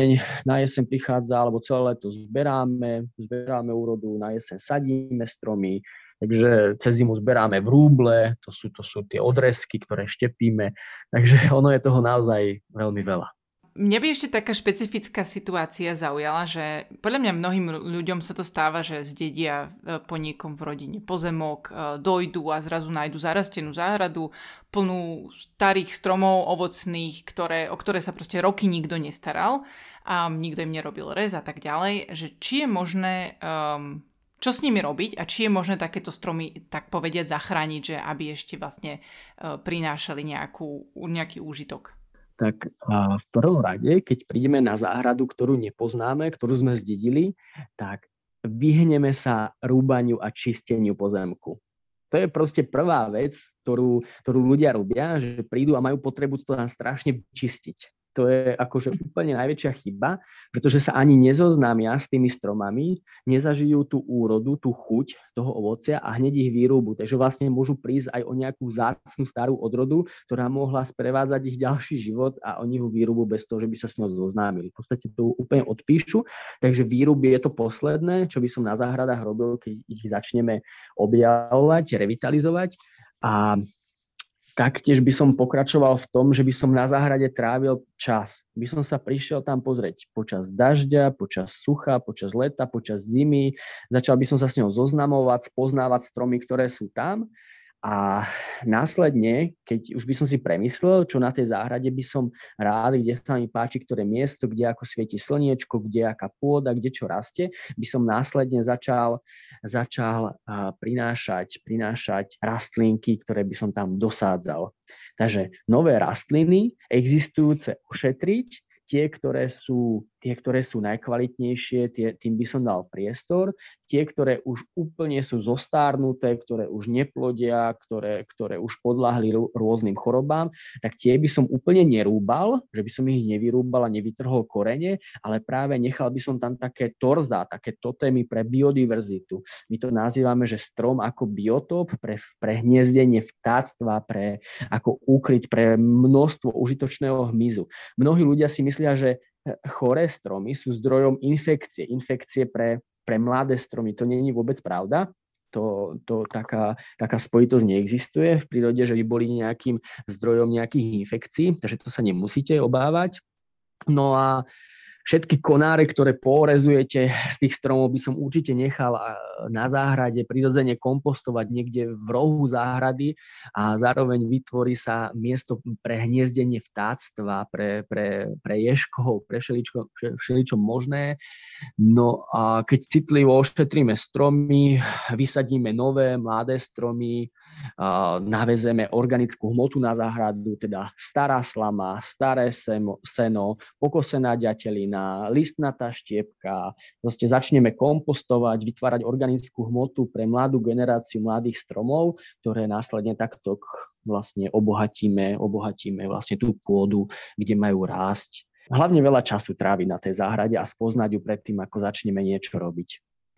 B: jeseň prichádza, alebo celé leto zberáme úrodu, na jeseň sadíme stromy, takže cez zimu zberáme vrúble, to sú tie odrezky, ktoré štepíme, takže ono je toho naozaj veľmi veľa.
A: Mne by ešte taká špecifická situácia zaujala, že podľa mňa mnohým ľuďom sa to stáva, že zdedia po niekom v rodine pozemok, dojdú a zrazu nájdu zarastenú záhradu, plnú starých stromov ovocných, o ktoré sa proste roky nikto nestaral a nikto im nerobil rez a tak ďalej, že či je možné, čo s nimi robiť a či je možné takéto stromy, tak povediať, zachrániť, že aby ešte vlastne prinášali nejaký úžitok.
B: Tak v prvom rade, keď prídeme na záhradu, ktorú nepoznáme, ktorú sme zdedili, tak vyhneme sa rúbaniu a čisteniu pozemku. To je proste prvá vec, ktorú ľudia robia, že prídu a majú potrebu to tam strašne vyčistiť. To je akože úplne najväčšia chyba, pretože sa ani nezoznámia s tými stromami, nezažijú tú úrodu, tú chuť toho ovocia a hneď ich vyrúbu. Takže vlastne môžu prísť aj o nejakú vzácnu starú odrodu, ktorá mohla sprevádzať ich ďalší život a oni ho vyrúbu bez toho, že by sa s ňou zoznámili. V podstate to úplne odpíšu, takže výruby je to posledné, čo by som na záhradách robil, keď ich začneme objavovať, revitalizovať. A taktiež by som pokračoval v tom, že by som na záhrade trávil čas. By som sa prišiel tam pozrieť počas dažďa, počas sucha, počas leta, počas zimy. Začal by som sa s ňou zoznamovať, spoznávať stromy, ktoré sú tam. A následne, keď už by som si premyslel, čo na tej záhrade by som rád, kde sa mi páči, ktoré miesto, kde ako svieti slniečko, kde aká pôda, kde čo rastie, by som následne začal prinášať rastlinky, ktoré by som tam dosádzal. Takže nové rastliny existujúce ošetriť, tie, ktoré sú tie, ktoré sú najkvalitnejšie, tým by som dal priestor. Tie, ktoré už úplne sú zostárnuté, ktoré už neplodia, ktoré už podľahli rôznym chorobám, tak tie by som úplne nerúbal, že by som ich nevyrúbal a nevytrhol korene, ale práve nechal by som tam také torzá, také totémy pre biodiverzitu. My to nazývame, že strom ako biotop pre hniezdenie vtáctva, ako úkryt pre množstvo užitočného hmyzu. Mnohí ľudia si myslia, že choré stromy sú zdrojom infekcie pre mladé stromy. To nie je vôbec pravda. Taká spojitosť neexistuje v prírode, že by boli nejakým zdrojom nejakých infekcií, takže to sa nemusíte obávať. No a všetky konáre, ktoré porezujete z tých stromov, by som určite nechal na záhrade prirodzene kompostovať niekde v rohu záhrady a zároveň vytvorí sa miesto pre hniezdenie vtáctva, pre ježkov, pre všeličo možné. No a keď citlivo ošetríme stromy, vysadíme nové, mladé stromy, navezeme organickú hmotu na záhradu, teda stará slama, staré seno, pokosená ďatelina, listnatá štiepka, proste začneme kompostovať, vytvárať organickú hmotu pre mladú generáciu mladých stromov, ktoré následne takto vlastne obohatíme vlastne tú pôdu, kde majú rásť. Hlavne veľa času tráviť na tej záhrade a spoznať ju predtým, ako začneme niečo robiť.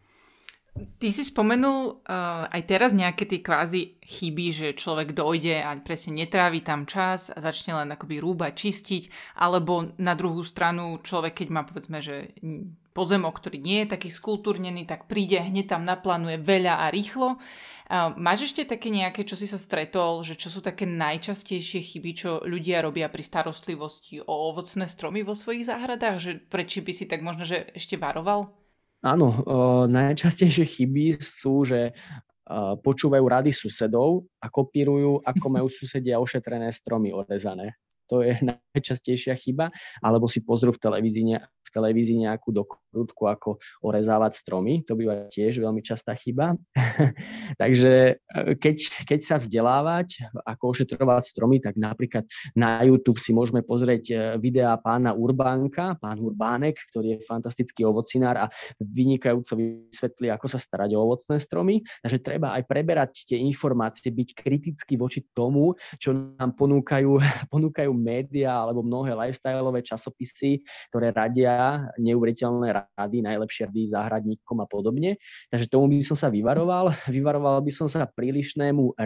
A: Ty si spomenul aj teraz nejaké tie kvázi chyby, že človek dojde a presne netrávi tam čas a začne len akoby rúbať, čistiť, alebo na druhú stranu človek, keď má povedzme, že pozemok, ktorý nie je taký skultúrnený, tak príde, hneď tam naplánuje veľa a rýchlo. Máš ešte také nejaké, čo si sa stretol, že čo sú také najčastejšie chyby, čo ľudia robia pri starostlivosti o ovocné stromy vo svojich záhradách, že prečo by si tak možno, že ešte varoval?
B: Áno, najčastejšie chyby sú, že počúvajú rady susedov a kopírujú, ako majú susedia ošetrené stromy orezané. To je najčastejšia chyba, alebo si pozrú v televízii nejakú dokrutku, ako orezávať stromy. To býva tiež veľmi častá chyba. Takže keď sa vzdelávať, ako ošetrovať stromy, tak napríklad na YouTube si môžeme pozrieť videá pána Urbánka, pán Urbánek, ktorý je fantastický ovocinár a vynikajúco vysvetlí, ako sa starať o ovocné stromy. Takže treba aj preberať tie informácie, byť kritický voči tomu, čo nám ponúkajú médiá alebo mnohé lifestyleové časopisy, ktoré radia neuveriteľné rady, najlepšie rady záhradníkom a podobne. Takže tomu by som sa vyvaroval. Vyvaroval by som sa prílišnému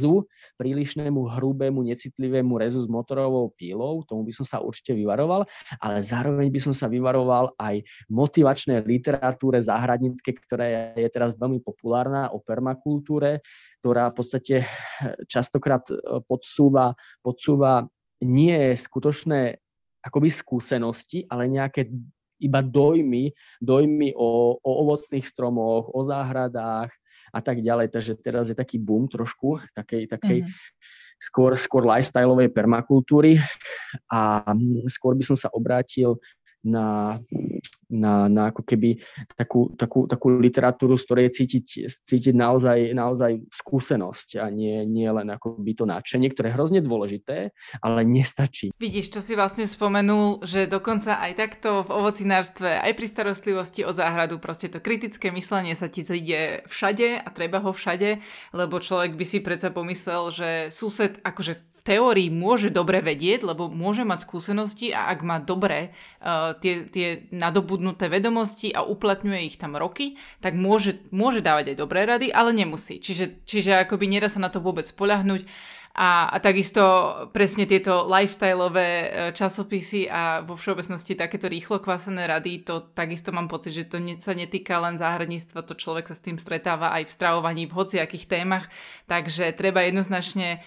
B: hrubému, necitlivému rezu s motorovou pílou. Tomu by som sa určite vyvaroval, ale zároveň by som sa vyvaroval aj motivačnej literatúre záhradníckej, ktorá je teraz veľmi populárna, o permakultúre, ktorá v podstate častokrát podsúva nie skutočné akoby skúsenosti, ale nejaké iba dojmy o ovocných stromoch, o záhradách a tak ďalej. Takže teraz je taký boom trošku, takej skôr lifestyleovej permakultúry a skôr by som sa obrátil na ako keby takú literatúru, z ktorej cítiť naozaj skúsenosť a nie len akoby to nadšenie, ktoré je hrozne dôležité, ale nestačí.
A: Vidíš, čo si vlastne spomenul, že dokonca aj takto v ovocinárstve, aj pri starostlivosti o záhradu, proste to kritické myslenie sa ti ide všade a treba ho všade, lebo človek by si predsa pomyslel, že sused akože v teórii môže dobre vedieť, lebo môže mať skúsenosti a ak má dobre tie nadobudnuté vedomosti a uplatňuje ich tam roky, tak môže dávať aj dobré rady, ale nemusí. Čiže akoby nedá sa na to vôbec spoľahnúť. A takisto presne tieto lifestyleové časopisy a vo všeobecnosti takéto rýchlo kvasené rady, to takisto mám pocit, že to sa netýka len záhradníctva, to človek sa s tým stretáva aj v stravovaní, v hociakých témach, takže treba jednoznačne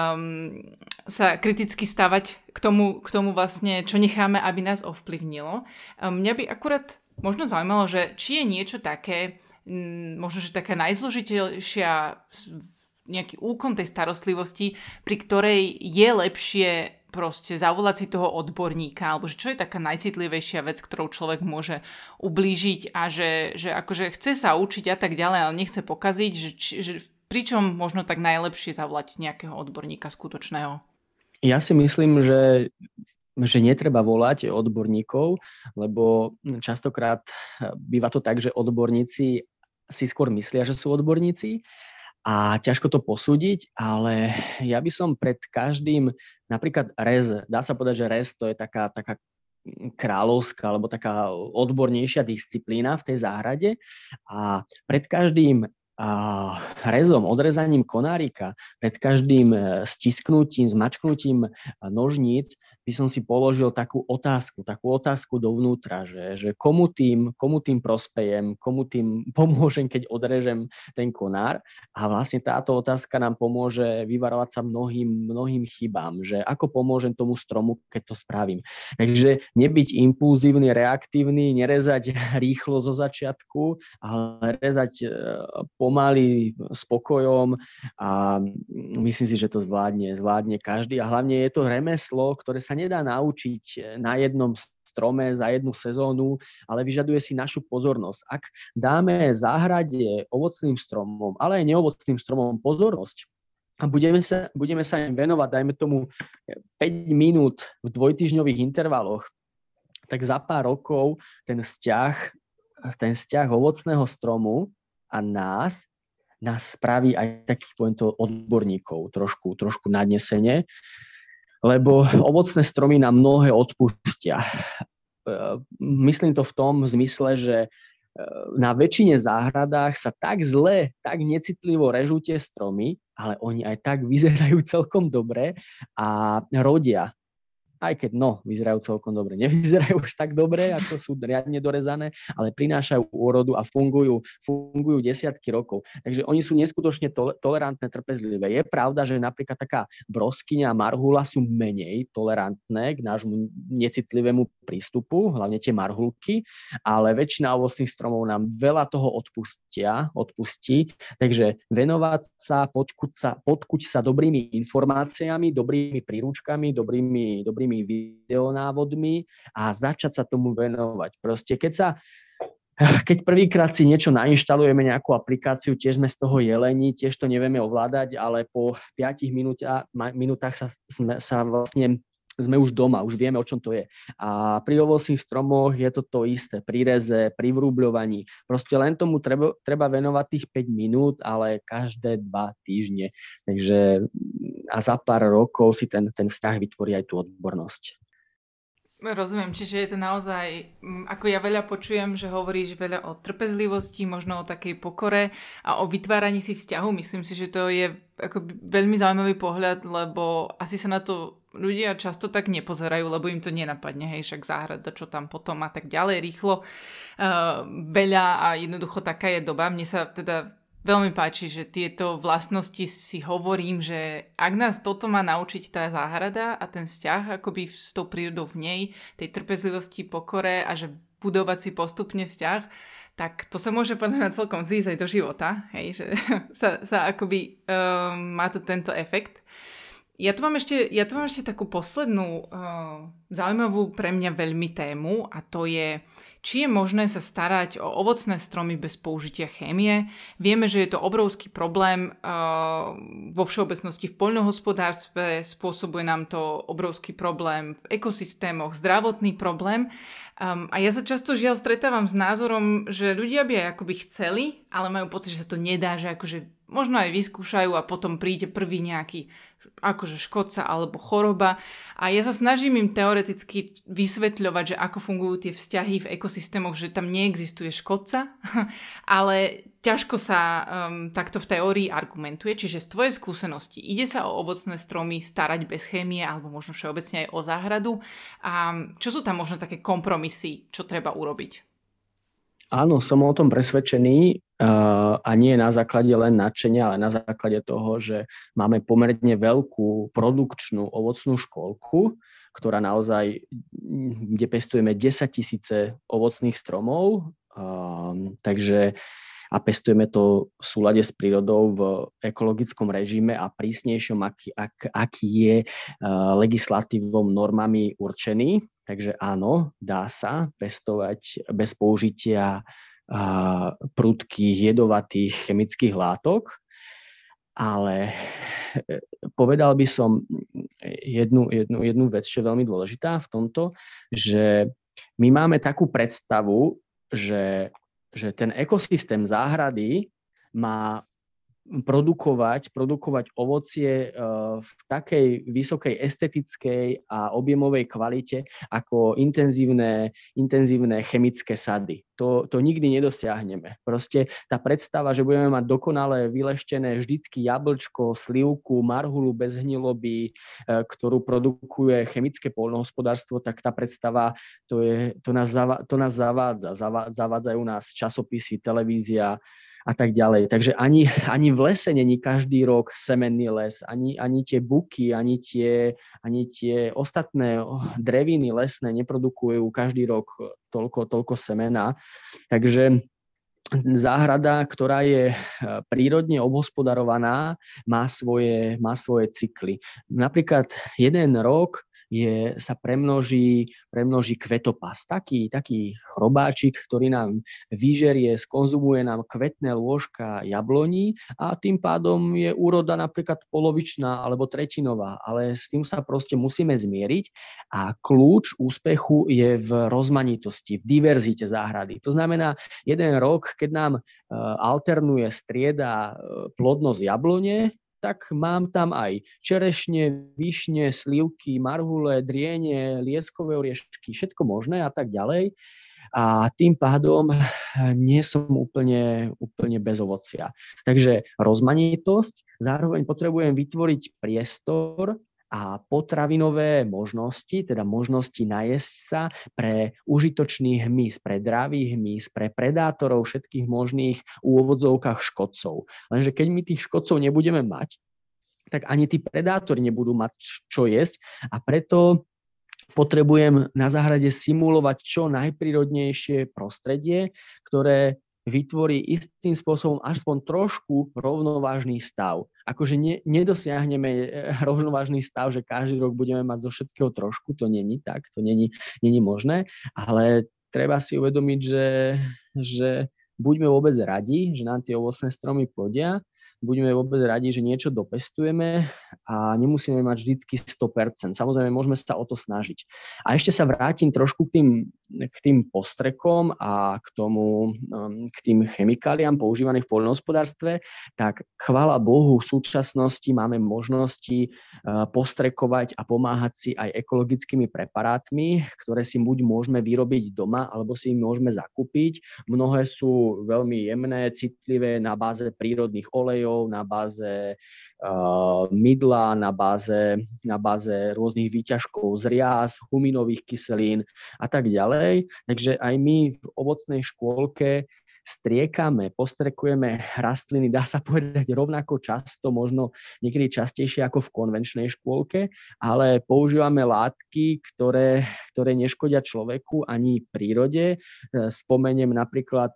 A: sa kriticky stavať k tomu vlastne, čo necháme, aby nás ovplyvnilo. Mňa by akurát možno zaujímalo, že či je niečo také, možno, že taká najzložitejšia nejaký úkon tej starostlivosti, pri ktorej je lepšie proste zavolať si toho odborníka, alebo že čo je taká najcitlivejšia vec, ktorou človek môže ublížiť a že akože chce sa učiť a tak ďalej, ale nechce pokaziť, že pričom možno tak najlepšie zavolať nejakého odborníka skutočného?
B: Ja si myslím, že že netreba volať odborníkov, lebo častokrát býva to tak, že odborníci si skôr myslia, že sú odborníci a ťažko to posúdiť, ale ja by som pred každým, napríklad rez, dá sa povedať, že rez to je taká kráľovská alebo taká odbornejšia disciplína v tej záhrade a pred každým rezom, odrezaním konárika, pred každým stisknutím, zmačknutím nožníc by som si položil takú otázku dovnútra, že komu tým prospejem, komu tým pomôžem, keď odrežem ten konár. A vlastne táto otázka nám pomôže vyvarovať sa mnohým chybám, že ako pomôžem tomu stromu, keď to spravím. Takže nebyť impulzívny, reaktívny, nerezať rýchlo zo začiatku, ale rezať pomaly, spokojom a myslím si, že to zvládne každý a hlavne je to remeslo, ktoré sa nedá naučiť na jednom strome za jednu sezónu, ale vyžaduje si našu pozornosť. Ak dáme záhrade, ovocným stromom, ale aj neovocným stromom pozornosť a budeme sa im venovať, dajme tomu 5 minút v dvojtýždňových intervaloch, tak za pár rokov ten vzťah ovocného stromu a nás spraví aj takých, poviem to, odborníkov trošku nadnesene, lebo ovocné stromy nám mnohé odpustia. Myslím to v tom zmysle, že na väčšine záhradách sa tak zle, tak necitlivo režú tie stromy, ale oni aj tak vyzerajú celkom dobre a rodia. Aj keď vyzerajú celkom dobre. Nevyzerajú už tak dobre, ako sú riadne dorezané, ale prinášajú úrodu a fungujú desiatky rokov. Takže oni sú neskutočne tolerantné, trpezlivé. Je pravda, že napríklad taká broskyňa a marhula sú menej tolerantné k nášmu necitlivému prístupu, hlavne tie marhulky, ale väčšina ovocných stromov nám veľa toho odpustí. Takže venovať sa, podkuť sa dobrými informáciami, dobrými príručkami, dobrými videonávodmi a začať sa tomu venovať. Proste keď prvýkrát si niečo nainštalujeme, nejakú aplikáciu, tiež sme z toho jelení, tiež to nevieme ovládať, ale po 5 minútach sme už doma, už vieme, o čom to je. A pri ovocných stromoch je to isté, pri reze, pri vrúbľovaní. Proste len tomu treba venovať tých 5 minút, ale každé 2 týždne. Takže a za pár rokov si ten vzťah vytvorí aj tú odbornosť.
A: Rozumiem, čiže je to naozaj, ako ja veľa počujem, že hovoríš veľa o trpezlivosti, možno o takej pokore a o vytváraní si vzťahu. Myslím si, že to je ako veľmi zaujímavý pohľad, lebo asi sa na to ľudia často tak nepozerajú, lebo im to nenapadne, hej, však záhrada, čo tam potom a tak ďalej, rýchlo, veľa a jednoducho taká je doba. Mne sa teda veľmi páči, že tieto vlastnosti si hovorím, že ak nás toto má naučiť tá záhrada a ten vzťah akoby s tou prírodou v nej, tej trpezlivosti, pokore a že budovať si postupne vzťah, tak to sa môže podľa mňa celkom zísť aj do života, hej, že sa akoby má to tento efekt. Ja tu mám ešte takú poslednú zaujímavú pre mňa veľmi tému a to je, či je možné sa starať o ovocné stromy bez použitia chémie. Vieme, že je to obrovský problém vo všeobecnosti v poľnohospodárstve, spôsobuje nám to obrovský problém v ekosystémoch, zdravotný problém. A ja sa často žiaľ stretávam s názorom, že ľudia by aj akoby chceli, ale majú pocit, že sa to nedá, že akože možno aj vyskúšajú a potom príde prvý nejaký akože škodca alebo choroba. A ja sa snažím im teoreticky vysvetľovať, že ako fungujú tie vzťahy v ekosystémoch, že tam neexistuje škodca, ale ťažko sa takto v teórii argumentuje. Čiže z tvojej skúsenosti ide sa o ovocné stromy starať bez chémie alebo možno všeobecne aj o záhradu. A čo sú tam možno také kompromisy, čo treba urobiť?
B: Áno, som o tom presvedčený a nie na základe len nadšenia, ale na základe toho, že máme pomerne veľkú produkčnú ovocnú škôlku, ktorá naozaj, kde pestujeme 10 000 ovocných stromov, takže a pestujeme to v súlade s prírodou v ekologickom režime a prísnejšom, aký je legislatívom normami určený. Takže áno, dá sa pestovať bez použitia prudkých jedovatých chemických látok. Ale povedal by som jednu vec, čo je veľmi dôležitá v tomto, že my máme takú predstavu, že ten ekosystém záhrady má produkovať ovocie v takej vysokej estetickej a objemovej kvalite ako intenzívne chemické sady. To nikdy nedosiahneme. Proste tá predstava, že budeme mať dokonale vyleštené vždycky jablčko, slivku, marhulu bez hniloby, ktorú produkuje chemické poľnohospodárstvo, tak tá predstava, to nás zavádza. Zavádzajú nás časopisy, televízia a tak ďalej. Takže ani v lese není každý rok semenný les, ani tie buky, ani tie ostatné dreviny lesné neprodukujú každý rok toľko semena. Takže záhrada, ktorá je prírodne obhospodarovaná, má svoje cykly. Napríklad jeden rok sa premnoží kvetopas. Taký chrobáčik, ktorý nám vyžerie, skonzumuje nám kvetné lôžka jabloní a tým pádom je úroda napríklad polovičná alebo tretinová. Ale s tým sa proste musíme zmieriť a kľúč úspechu je v rozmanitosti, v diverzite záhrady. To znamená, jeden rok, keď nám alternuje strieda plodnosť jablone, tak mám tam aj čerešne, višne, slivky, marhule, driene, lieskové oriešky, všetko možné a tak ďalej. A tým pádom nie som úplne bez ovocia. Takže rozmanitosť, zároveň potrebujem vytvoriť priestor a potravinové možnosti, teda možnosti najesť sa pre užitočný hmyz, pre dravý hmyz, pre predátorov všetkých možných úvodzovkách škodcov. Lenže keď my tých škodcov nebudeme mať, tak ani tí predátori nebudú mať čo jesť a preto potrebujem na záhrade simulovať čo najprírodnejšie prostredie, ktoré vytvorí istým spôsobom aspoň trošku rovnovážny stav. Akože nedosiahneme rovnovážny stav, že každý rok budeme mať zo všetkého trošku, to není tak, to není možné, ale treba si uvedomiť, že buďme vôbec radi, že nám tie ovocné stromy plodia, buďme vôbec radi, že niečo dopestujeme a nemusíme mať vždycky 100%. Samozrejme, môžeme sa o to snažiť. A ešte sa vrátim trošku k tým postrekom a k tým chemikáliám používaných v poľnohospodárstve. Tak chvála Bohu, v súčasnosti máme možnosti postrekovať a pomáhať si aj ekologickými preparátmi, ktoré si buď môžeme vyrobiť doma, alebo si ich môžeme zakúpiť. Mnohé sú veľmi jemné, citlivé, na báze prírodných olejov, na báze mydla, na báze rôznych výťažkov z rias, huminových kyselín a tak ďalej. Takže aj my v ovocnej škôlke striekame, postrekujeme rastliny, dá sa povedať rovnako často, možno niekedy častejšie ako v konvenčnej škôlke, ale používame látky, ktoré neškodia človeku ani prírode. Spomeniem napríklad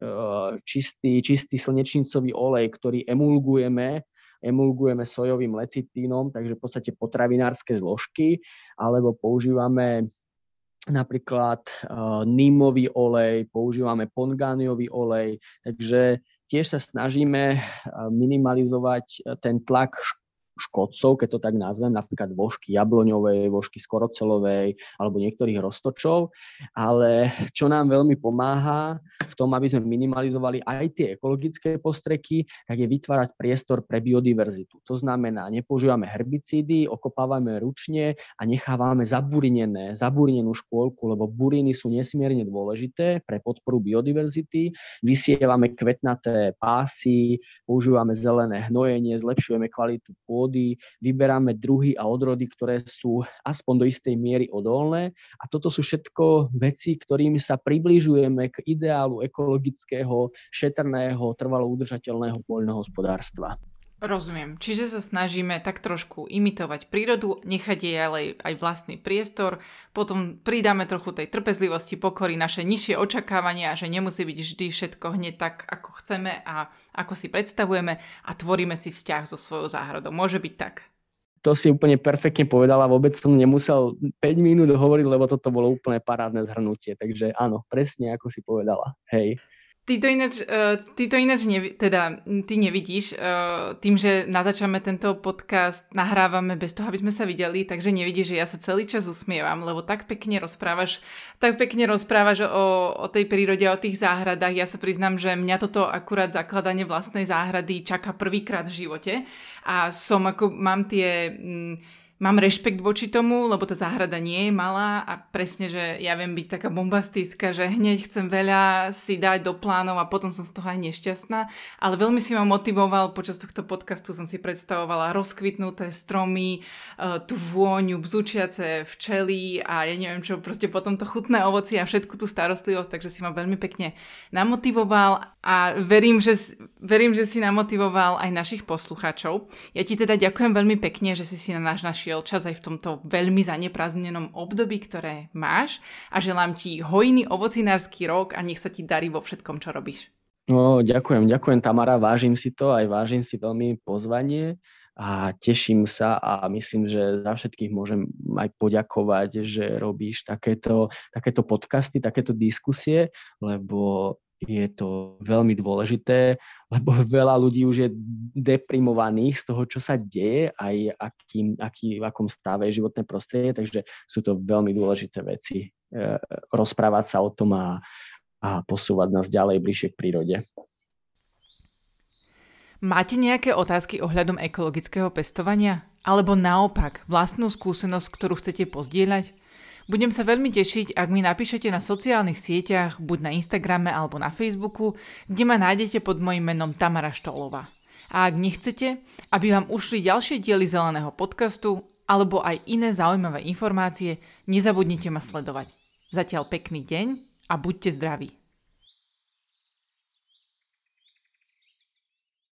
B: čistý slnečnicový olej, ktorý emulgujeme sojovým lecitínom, takže v podstate potravinárske zložky, alebo používame napríklad nímový olej, používame pongániový olej, takže tiež sa snažíme minimalizovať ten tlak škodcov, keď to tak nazvem, napríklad vožky jabloňovej, vožky skorocelovej alebo niektorých roztočov, ale čo nám veľmi pomáha v tom, aby sme minimalizovali aj tie ekologické postreky, tak je vytvárať priestor pre biodiverzitu. To znamená, nepoužívame herbicídy, okopávame ručne a nechávame zabúrinenú škôlku, lebo buriny sú nesmierne dôležité pre podporu biodiverzity. Vysievame kvetnaté pásy, používame zelené hnojenie, zlepšujeme kvalitu pôdy, vyberáme druhy a odrody, ktoré sú aspoň do istej miery odolné a toto sú všetko veci, ktorými sa približujeme k ideálu ekologického, šetrného, trvalo udržateľného poľnohospodárstva.
A: Rozumiem. Čiže sa snažíme tak trošku imitovať prírodu, nechať jej ale aj vlastný priestor, potom pridáme trochu tej trpezlivosti, pokory, naše nižšie očakávania, že nemusí byť vždy všetko hneď tak, ako chceme a ako si predstavujeme a tvoríme si vzťah so svojou záhradou. Môže byť tak?
B: To si úplne perfektne povedala, vôbec som nemusel 5 minút hovoriť, lebo toto bolo úplne parádne zhrnutie, takže áno, presne ako si povedala. Hej.
A: Ty nevidíš, tým, že natáčame tento podcast, nahrávame bez toho, aby sme sa videli, takže nevidíš, že ja sa celý čas usmievam, lebo tak pekne rozprávaš o tej prírode, o tých záhradách. Ja sa priznám, že mňa toto akurát zakladanie vlastnej záhrady čaká prvýkrát v živote a mám rešpekt voči tomu, lebo tá záhrada nie je malá a presne, že ja viem byť taká bombastická, že hneď chcem veľa si dať do plánov a potom som z toho aj nešťastná, ale veľmi si ma motivoval, počas tohto podcastu som si predstavovala rozkvitnuté stromy, tú vôňu, bzučiace včely a ja neviem čo, proste potom to chutné ovocie a všetku tú starostlivosť, takže si ma veľmi pekne namotivoval a verím, že si namotivoval aj našich poslucháčov. Ja ti teda ďakujem veľmi pekne, že si na našiel čas aj v tomto veľmi zaneprázdnenom období, ktoré máš a želám ti hojný ovocinársky rok a nech sa ti darí vo všetkom, čo robíš.
B: No, ďakujem Tamara, vážim si to, aj vážim si veľmi pozvanie a teším sa a myslím, že za všetkých môžem aj poďakovať, že robíš takéto podcasty, takéto diskusie, lebo je to veľmi dôležité, lebo veľa ľudí už je deprimovaných z toho, čo sa deje, aj v akom stave je životné prostredie, takže sú to veľmi dôležité veci. Rozprávať sa o tom a posúvať nás ďalej bližšie k prírode.
A: Máte nejaké otázky ohľadom ekologického pestovania? Alebo naopak, vlastnú skúsenosť, ktorú chcete pozdieľať? Budem sa veľmi tešiť, ak mi napíšete na sociálnych sieťach, buď na Instagrame alebo na Facebooku, kde ma nájdete pod mojím menom Tamara Štolová. A ak nechcete, aby vám ušli ďalšie diely Zeleného podcastu alebo aj iné zaujímavé informácie, nezabudnite ma sledovať. Zatiaľ pekný deň a buďte zdraví.